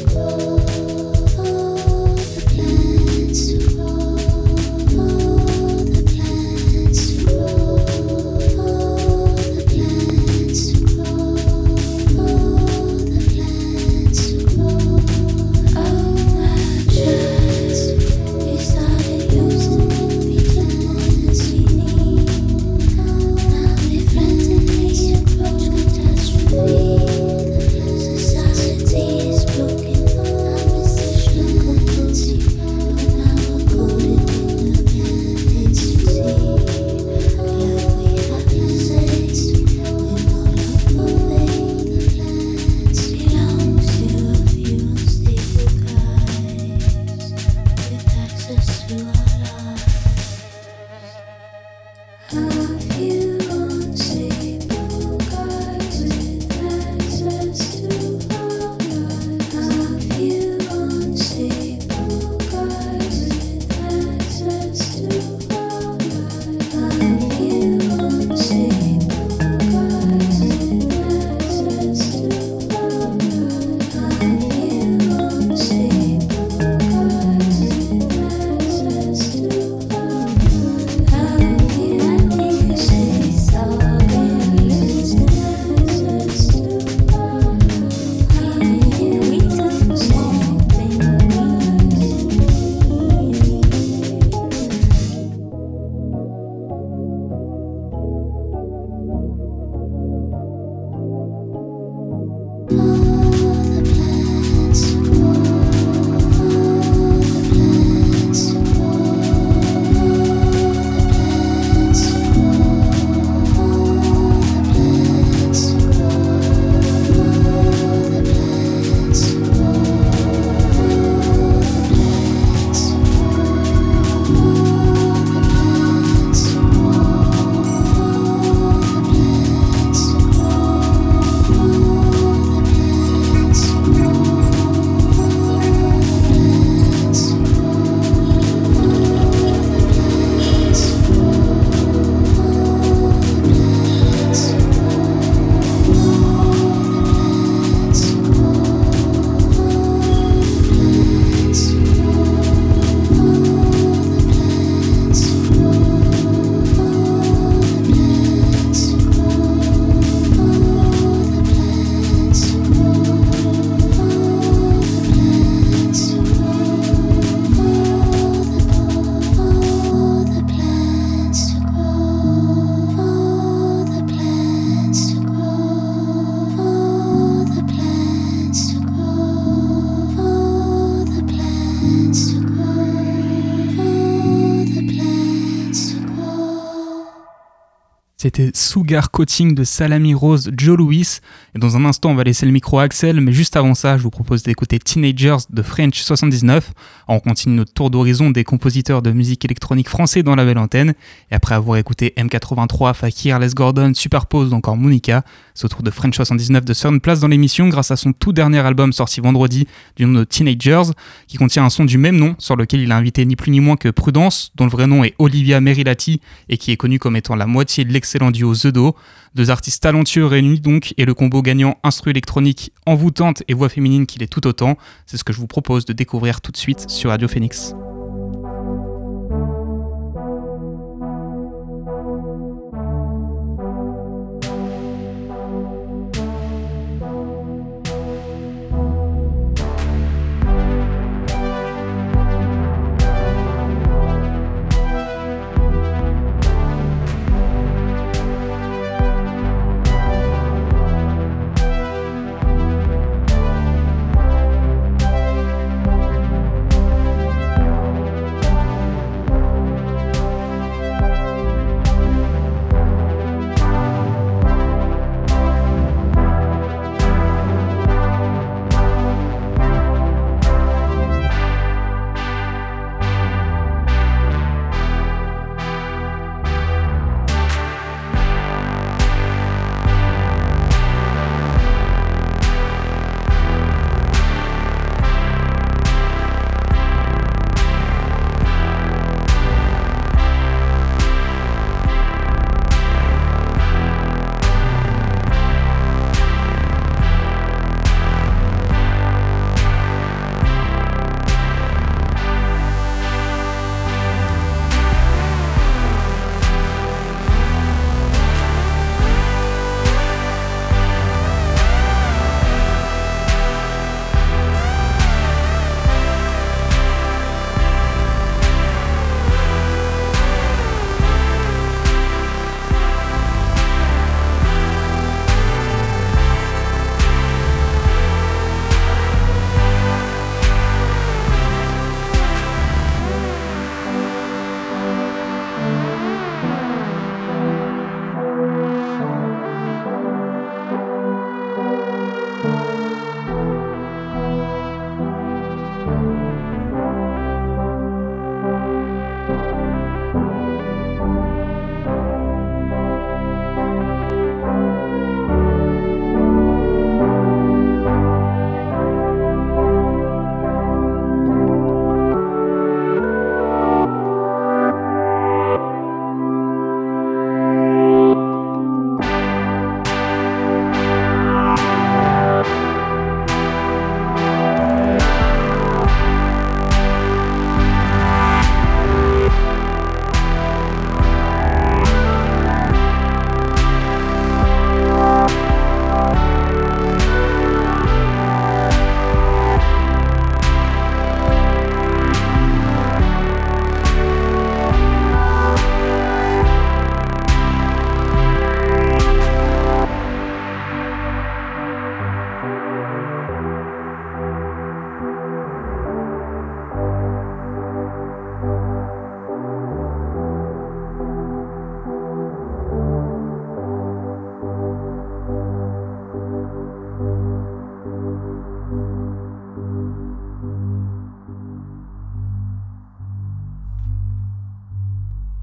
C'était Sugar Coating de Salami Rose Jo Lewis. Et dans un instant, on va laisser le micro à Axel, mais juste avant ça, je vous propose d'écouter Teenagers de French 79. On continue notre tour d'horizon des compositeurs de musique électronique français dans la belle antenne. Et après avoir écouté M83, Fakir, Les Gordon, Superpose ou encore Monica, c'est au tour de French 79 de se faire une place dans l'émission grâce à son tout dernier album sorti vendredi du nom de Teenagers, qui contient un son du même nom sur lequel il a invité ni plus ni moins que Prudence, dont le vrai nom est Olivia Merilati et qui est connu comme étant la moitié de l'excellent duo The Do. Deux artistes talentueux réunis donc, et le combo gagnant instru électronique envoûtante et voix féminine qu'il est tout autant, c'est ce que je vous propose de découvrir tout de suite sur Radio Phoenix.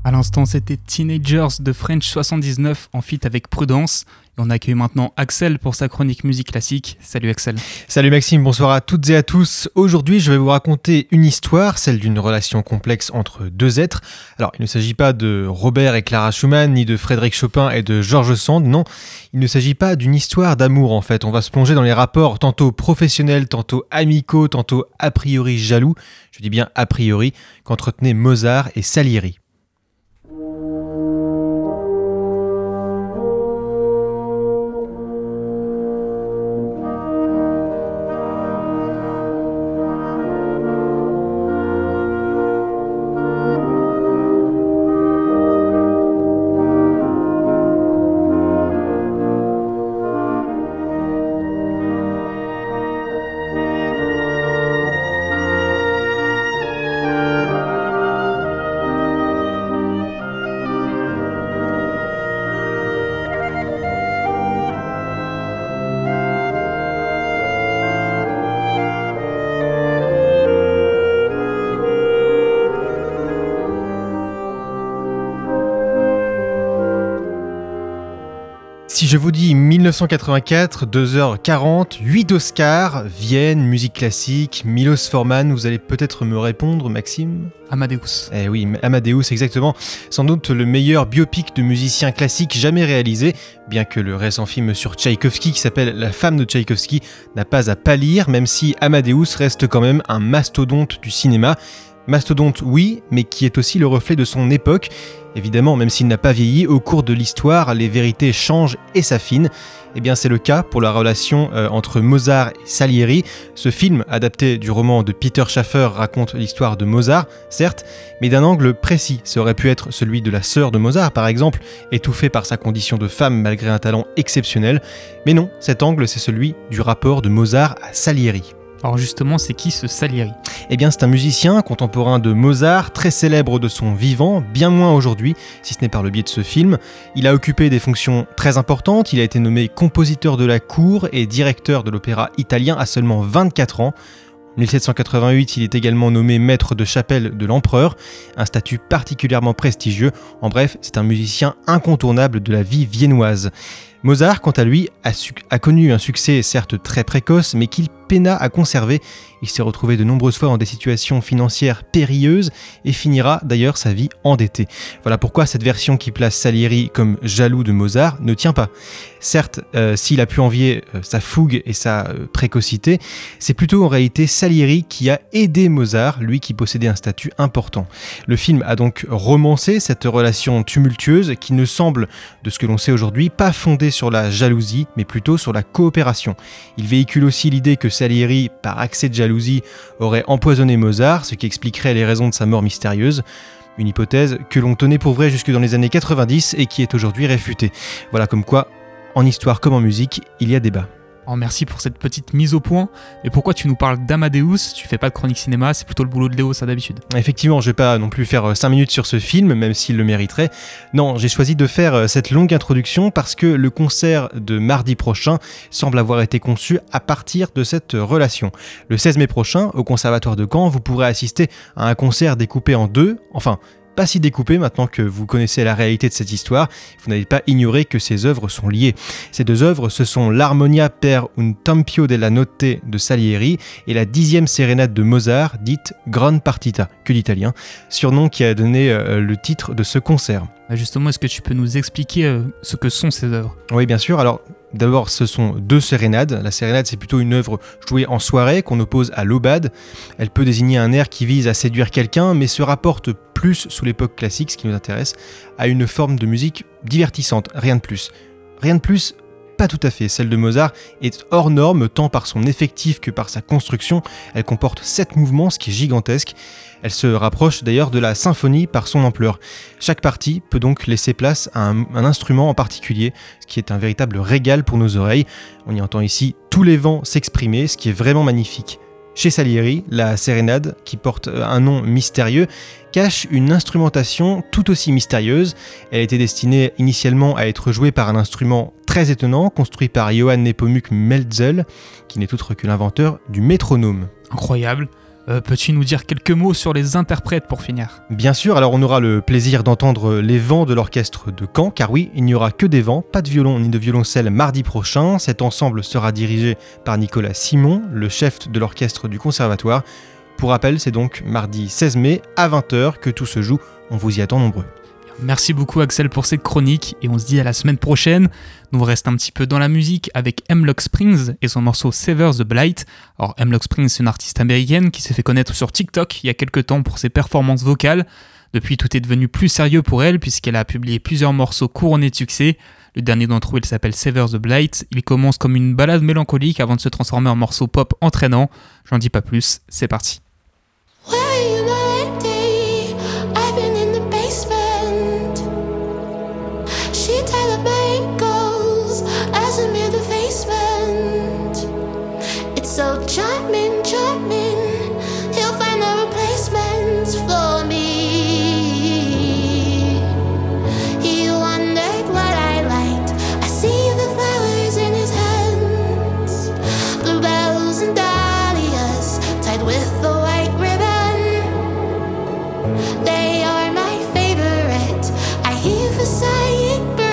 À l'instant, c'était Teenagers de French 79 en feat avec Prudence. Et on accueille maintenant Axel pour sa chronique musique classique. Salut Axel. Salut Maxime, bonsoir à toutes et à tous. Aujourd'hui, je vais vous raconter une histoire, celle d'une relation complexe entre deux êtres. Alors, il ne s'agit pas de Robert et Clara Schumann, ni de Frédéric Chopin et de George Sand, non. Il ne s'agit pas d'une histoire d'amour en fait. On va se plonger dans les rapports tantôt professionnels, tantôt amicaux, tantôt a priori jaloux, je dis bien a priori, qu'entretenaient Mozart et Salieri. Si je vous dis 1984, 2h40, 8 Oscars, Vienne, musique classique, Milos Forman, vous allez peut-être me répondre, Maxime ? Amadeus. Eh oui, Amadeus, exactement. Sans doute le meilleur biopic de musicien classique jamais réalisé, bien que le récent film sur Tchaïkovski qui s'appelle La femme de Tchaïkovski n'a pas à pâlir, même si Amadeus reste quand même un mastodonte du cinéma. Mastodonte, oui, mais qui est aussi le reflet de son époque. Évidemment, même s'il n'a pas vieilli, au cours de l'histoire, les vérités changent et s'affinent. Eh bien, c'est le cas pour la relation entre Mozart et Salieri. Ce film, adapté du roman de Peter Schaffer, raconte l'histoire de Mozart, certes, mais d'un angle précis. Ça aurait pu être celui de la sœur de Mozart, par exemple, étouffée par sa condition de femme malgré un talent exceptionnel. Mais non, cet angle, c'est celui du rapport de Mozart à Salieri. Alors justement, c'est qui ce Salieri ? Eh bien, c'est un musicien contemporain de Mozart, très célèbre de son vivant, bien moins aujourd'hui, si ce n'est par le biais de ce film. Il a occupé des fonctions très importantes, il a été nommé compositeur de la cour et directeur de l'opéra italien à seulement 24 ans. En 1788, il est également nommé maître de chapelle de l'empereur, un statut particulièrement prestigieux. En bref, c'est un musicien incontournable de la vie viennoise. Mozart, quant à lui, a connu un succès certes très précoce, mais qu'il peina à conserver. Il s'est retrouvé de nombreuses fois dans des situations financières périlleuses et finira d'ailleurs sa vie endetté. Voilà pourquoi cette version qui place Salieri comme jaloux de Mozart ne tient pas. Certes, s'il a pu envier sa fougue et sa précocité, c'est plutôt en réalité Salieri qui a aidé Mozart, lui qui possédait un statut important. Le film a donc romancé cette relation tumultueuse qui ne semble, de ce que l'on sait aujourd'hui, pas fondée sur la jalousie, mais plutôt sur la coopération. Il véhicule aussi l'idée que Salieri, par accès de jalousie, aurait empoisonné Mozart, ce qui expliquerait les raisons de sa mort mystérieuse. Une hypothèse que l'on tenait pour vraie jusque dans les années 90 et qui est aujourd'hui réfutée. Voilà comme quoi, en histoire comme en musique, il y a débat. Oh, merci pour cette petite mise au point. Et pourquoi tu nous parles d'Amadeus ? Tu fais pas de chronique cinéma, c'est plutôt le boulot de Léo, ça d'habitude. Effectivement, je vais pas non plus faire 5 minutes sur ce film, même s'il le mériterait. Non, j'ai choisi de faire cette longue introduction parce que le concert de mardi prochain semble avoir été conçu à partir de cette relation. Le 16 mai prochain, au Conservatoire de Caen, vous pourrez assister à un concert découpé en deux, enfin, pas si découpé maintenant que vous connaissez la réalité de cette histoire, vous n'allez pas ignorer que ces œuvres sont liées. Ces deux œuvres, ce sont l'Harmonia per un tempio della notte de Salieri et la 10e sérénade de Mozart, dite Grande Partita, que l'italien, surnom qui a donné le titre de ce concert. Justement, est-ce que tu peux nous expliquer ce que sont ces œuvres ? Oui, bien sûr. Alors, d'abord, ce sont deux sérénades. La sérénade, c'est plutôt une œuvre jouée en soirée qu'on oppose à l'aubade. Elle peut désigner un air qui vise à séduire quelqu'un, mais se rapporte plus, sous l'époque classique, ce qui nous intéresse, à une forme de musique divertissante, rien de plus. Rien de plus, pas tout à fait. Celle de Mozart est hors norme, tant par son effectif que par sa construction. Elle comporte 7 mouvements, ce qui est gigantesque. Elle se rapproche d'ailleurs de la symphonie par son ampleur. Chaque partie peut donc laisser place à un instrument en particulier, ce qui est un véritable régal pour nos oreilles. On y entend ici tous les vents s'exprimer, ce qui est vraiment magnifique. Chez Salieri, la sérénade, qui porte un nom mystérieux, cache une instrumentation tout aussi mystérieuse. Elle était destinée initialement à être jouée par un instrument très étonnant, construit par Johann Nepomuk Melzel, qui n'est autre que l'inventeur du métronome. Incroyable. Peux-tu nous dire quelques mots sur les interprètes pour finir ? Bien sûr, alors on aura le plaisir d'entendre les vents de l'orchestre de Caen, car oui, il n'y aura que des vents, pas de violon ni de violoncelle mardi prochain. Cet ensemble sera dirigé par Nicolas Simon, le chef de l'orchestre du conservatoire. Pour rappel, c'est donc mardi 16 mai à 20h que tout se joue, on vous y attend nombreux. Merci beaucoup Axel pour cette chronique et on se dit à la semaine prochaine. Nous on reste un petit peu dans la musique avec Hemlock Springs et son morceau Sever the Blight. Alors Hemlock Springs c'est une artiste américaine qui s'est fait connaître sur TikTok il y a quelques temps pour ses performances vocales. Depuis tout est devenu plus sérieux pour elle puisqu'elle a publié plusieurs morceaux couronnés de succès. Le dernier d'entre eux il s'appelle Sever the Blight. Il commence comme une balade mélancolique avant de se transformer en morceau pop entraînant. J'en dis pas plus, c'est parti. So charming, charming, he'll find the replacements for me. He wondered what I liked. I see the flowers in his hands, bluebells and dahlias tied with a white ribbon. They are my favorite. I heave a sighing breath.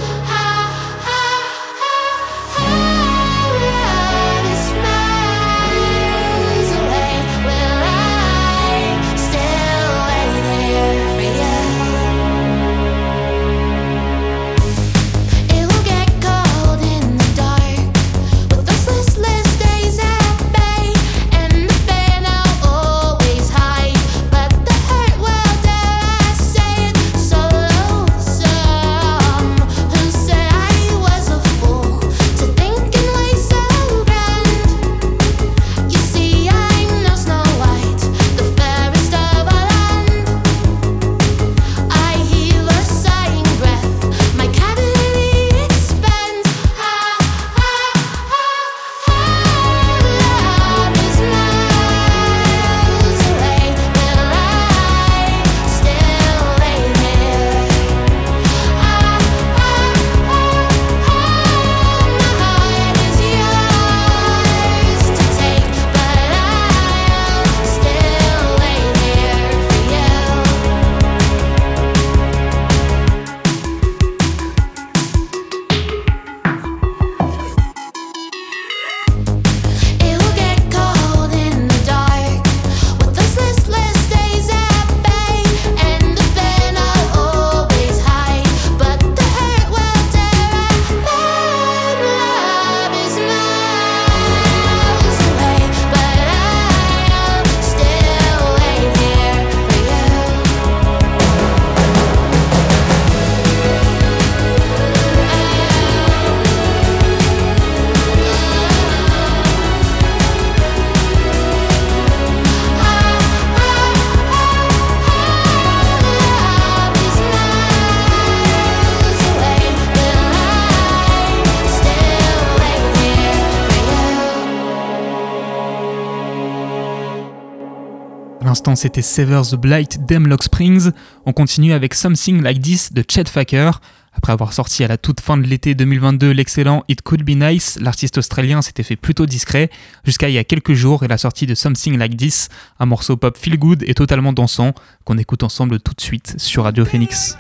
À l'instant, c'était Sever the Blight d'Hemlock Springs. On continue avec Something Like This de Chet Faker. Après avoir sorti à la toute fin de l'été 2022 l'excellent It Could Be Nice, l'artiste australien s'était fait plutôt discret jusqu'à il y a quelques jours et la sortie de Something Like This, un morceau pop feel good et totalement dansant qu'on écoute ensemble tout de suite sur Radio Phoenix.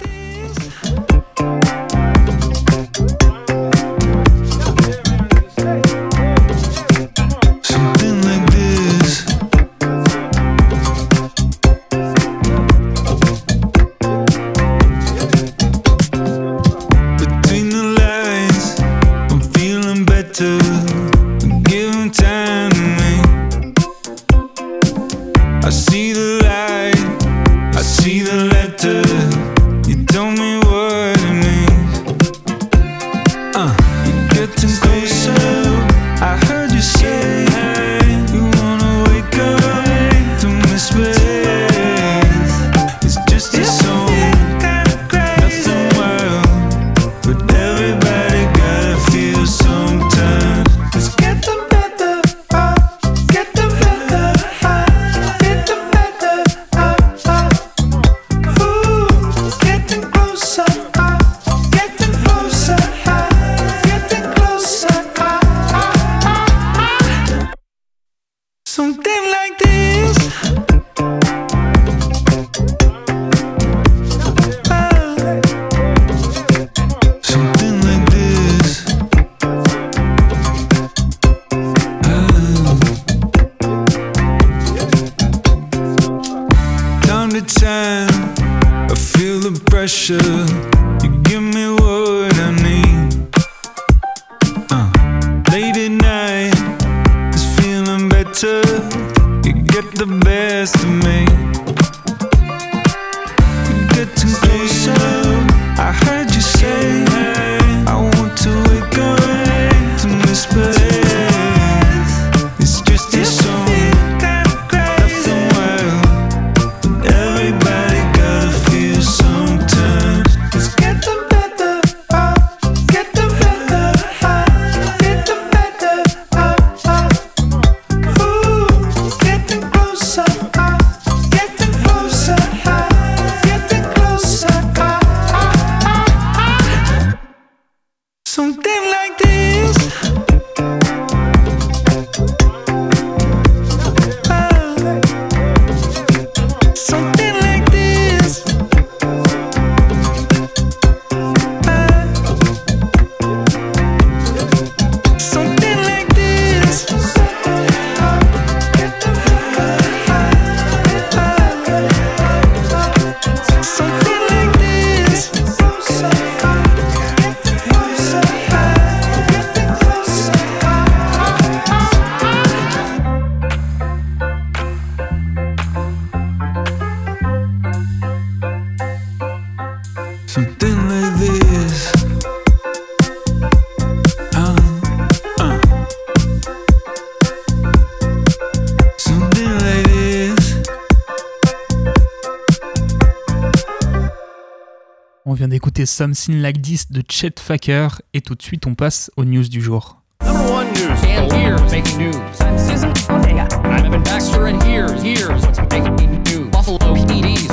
I see the light, I see the letter. You don't time to time, I feel the pressure. You give me what I need. Late at night, it's feeling better. You get the best of me. You're getting closer. I heard you say, I want to wake up to misbehave. It's just a song. Nothing wild, but everybody gotta feel sometimes. It's getting better, get the better, get the better, ooh, getting closer, getting closer, getting closer. Something like this. Something like this. Something like this. Something like this. Something like this. Something like this. On vient d'écouter Something Like This de Chet Faker et tout de suite on passe aux news du jour. Number one news. And here's making news. I'm Evan Baxter, and here's what's making news. Buffalo PD's.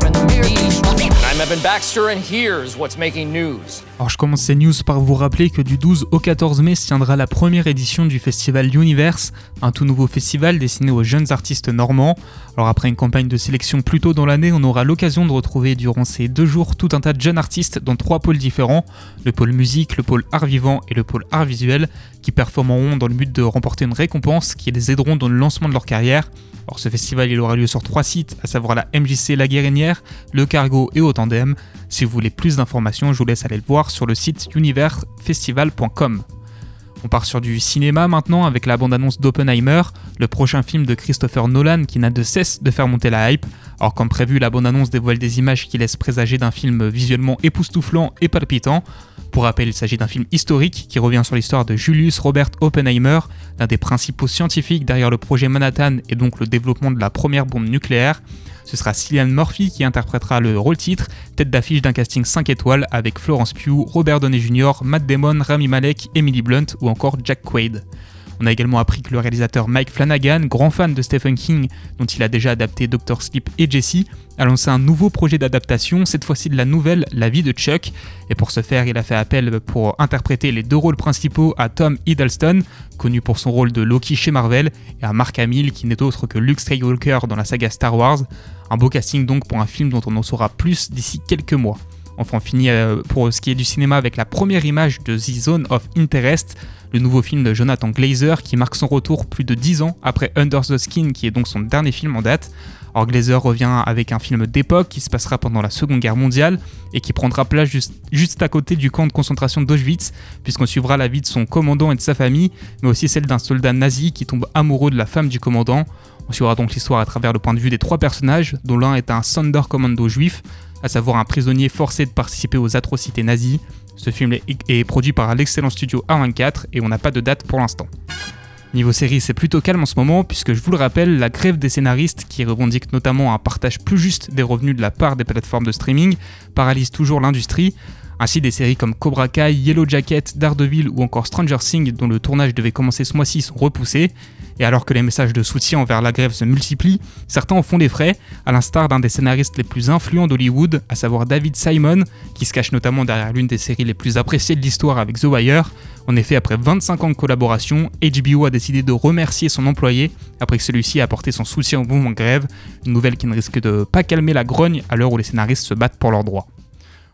I'm Evan Baxter, and here's what's making news. Alors je commence ces news par vous rappeler que du 12 au 14 mai se tiendra la première édition du festival Universe, un tout nouveau festival destiné aux jeunes artistes normands. Alors après une campagne de sélection plus tôt dans l'année, on aura l'occasion de retrouver durant ces 2 jours tout un tas de jeunes artistes dans 3 pôles différents, le pôle musique, le pôle art vivant et le pôle art visuel, qui performeront dans le but de remporter une récompense qui les aideront dans le lancement de leur carrière. Alors ce festival il aura lieu sur 3 sites, à savoir la MJC La Guérinière, le Cargo et au Tandem. Si vous voulez plus d'informations, je vous laisse aller le voir sur le site universfestival.com. On part sur du cinéma maintenant avec la bande-annonce d'Oppenheimer, le prochain film de Christopher Nolan qui n'a de cesse de faire monter la hype. Alors comme prévu, la bande-annonce dévoile des images qui laissent présager d'un film visuellement époustouflant et palpitant. Pour rappel, il s'agit d'un film historique qui revient sur l'histoire de Julius Robert Oppenheimer, l'un des principaux scientifiques derrière le projet Manhattan et donc le développement de la première bombe nucléaire. Ce sera Cillian Murphy qui interprétera le rôle titre, tête d'affiche d'un casting 5 étoiles avec Florence Pugh, Robert Downey Jr., Matt Damon, Rami Malek, Emily Blunt ou encore Jack Quaid. On a également appris que le réalisateur Mike Flanagan, grand fan de Stephen King, dont il a déjà adapté Dr. Sleep et Jessie, a lancé un nouveau projet d'adaptation, cette fois-ci de la nouvelle La vie de Chuck. Et pour ce faire, il a fait appel pour interpréter les 2 rôles principaux à Tom Hiddleston, connu pour son rôle de Loki chez Marvel, et à Mark Hamill, qui n'est autre que Luke Skywalker dans la saga Star Wars. Un beau casting donc pour un film dont on en saura plus d'ici quelques mois. Enfin, on finit pour ce qui est du cinéma avec la première image de The Zone of Interest, le nouveau film de Jonathan Glazer qui marque son retour plus de 10 ans après Under the Skin, qui est donc son dernier film en date. Alors Glazer revient avec un film d'époque qui se passera pendant la Seconde Guerre mondiale et qui prendra place juste à côté du camp de concentration d'Auschwitz, puisqu'on suivra la vie de son commandant et de sa famille, mais aussi celle d'un soldat nazi qui tombe amoureux de la femme du commandant. On suivra donc l'histoire à travers le point de vue des 3 personnages, dont l'un est un Sonderkommando juif, à savoir un prisonnier forcé de participer aux atrocités nazies. Ce film est produit par l'excellent studio A24 et on n'a pas de date pour l'instant. Niveau série, c'est plutôt calme en ce moment puisque, je vous le rappelle, la grève des scénaristes, qui revendique notamment un partage plus juste des revenus de la part des plateformes de streaming, paralyse toujours l'industrie. Ainsi, des séries comme Cobra Kai, Yellow Jacket, Daredevil ou encore Stranger Things, dont le tournage devait commencer ce mois-ci, sont repoussés. Et alors que les messages de soutien envers la grève se multiplient, certains en font les frais, à l'instar d'un des scénaristes les plus influents d'Hollywood, à savoir David Simon, qui se cache notamment derrière l'une des séries les plus appréciées de l'histoire avec The Wire. En effet, après 25 ans de collaboration, HBO a décidé de remercier son employé après que celui-ci a apporté son soutien au mouvement de grève, une nouvelle qui ne risque de pas calmer la grogne à l'heure où les scénaristes se battent pour leurs droits.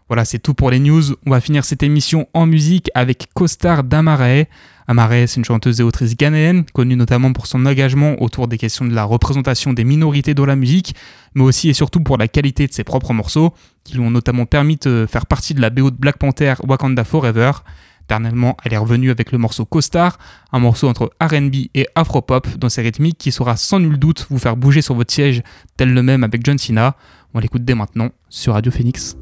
Voilà, c'est tout pour les news. On va finir cette émission en musique avec Costar d'Amarae. Amarae, c'est une chanteuse et autrice ghanéenne, connue notamment pour son engagement autour des questions de la représentation des minorités dans la musique, mais aussi et surtout pour la qualité de ses propres morceaux, qui lui ont notamment permis de faire partie de la BO de Black Panther Wakanda Forever. Dernièrement, elle est revenue avec le morceau Costar, un morceau entre R&B et Afropop dans ses rythmiques qui saura sans nul doute vous faire bouger sur votre siège, tel le même avec John Cena. On l'écoute dès maintenant sur Radio Phoenix.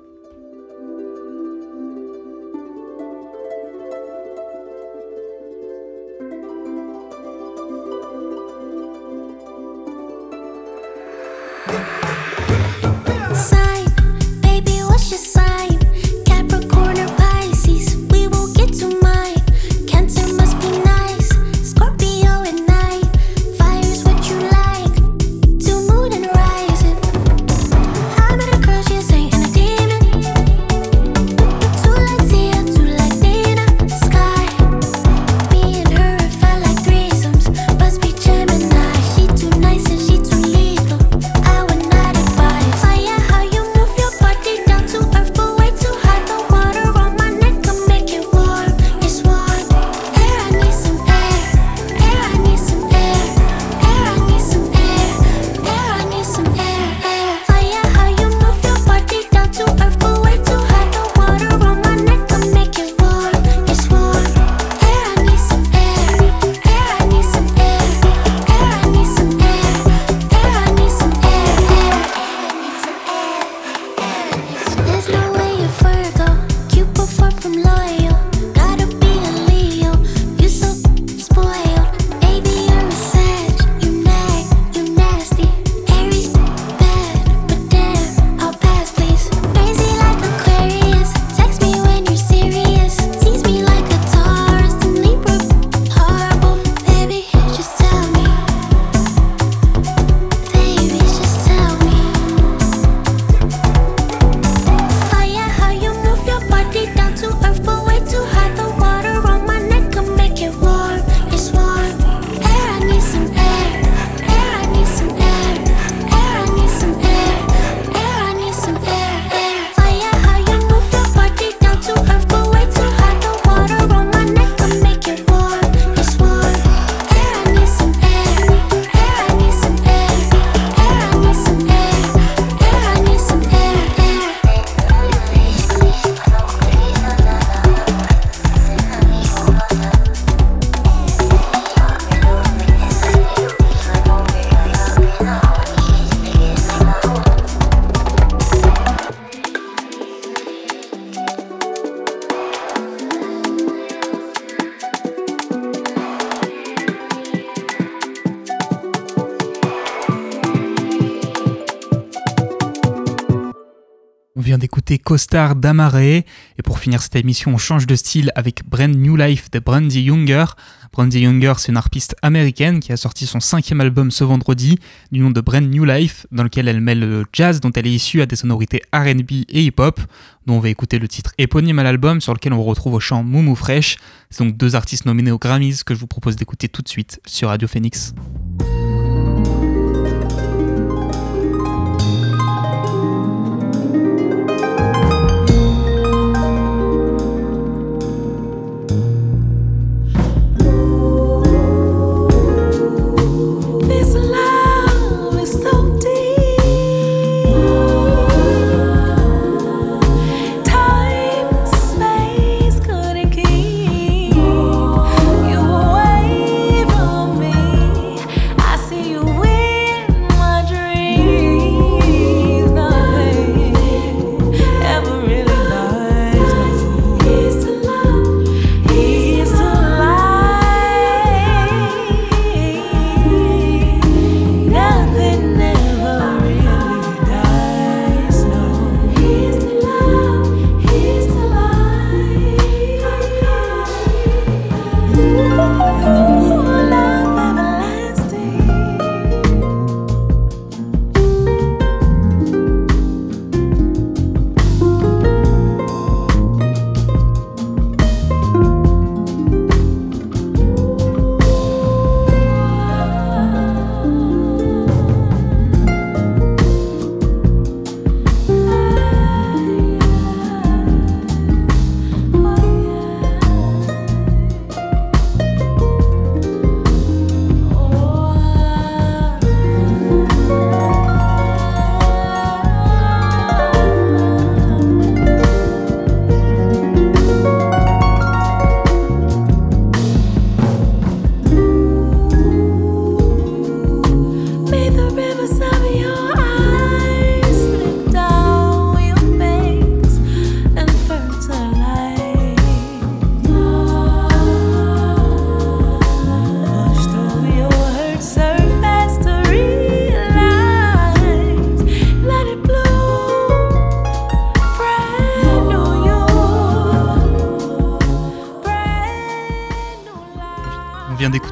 vient d'écouter Costar d'Amarae. Et pour finir cette émission, on change de style avec Brand New Life de Brandy Younger. Brandy Younger, c'est une harpiste américaine qui a sorti son 5e album ce vendredi, du nom de Brand New Life, dans lequel elle mêle le jazz dont elle est issue à des sonorités R&B et hip-hop, dont on va écouter le titre éponyme à l'album, sur lequel on retrouve au chant Moumou Fresh. C'est donc 2 artistes nominés aux Grammys que je vous propose d'écouter tout de suite sur Radio Phoenix. I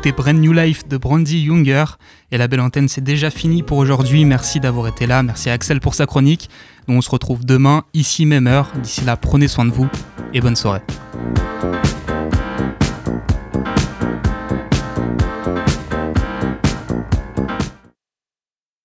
écouté Brand New Life de Brandy Younger. Et la belle antenne, c'est déjà fini pour aujourd'hui. Merci d'avoir été là. Merci à Axel pour sa chronique. Nous, on se retrouve demain, ici même heure. D'ici là, prenez soin de vous et bonne soirée.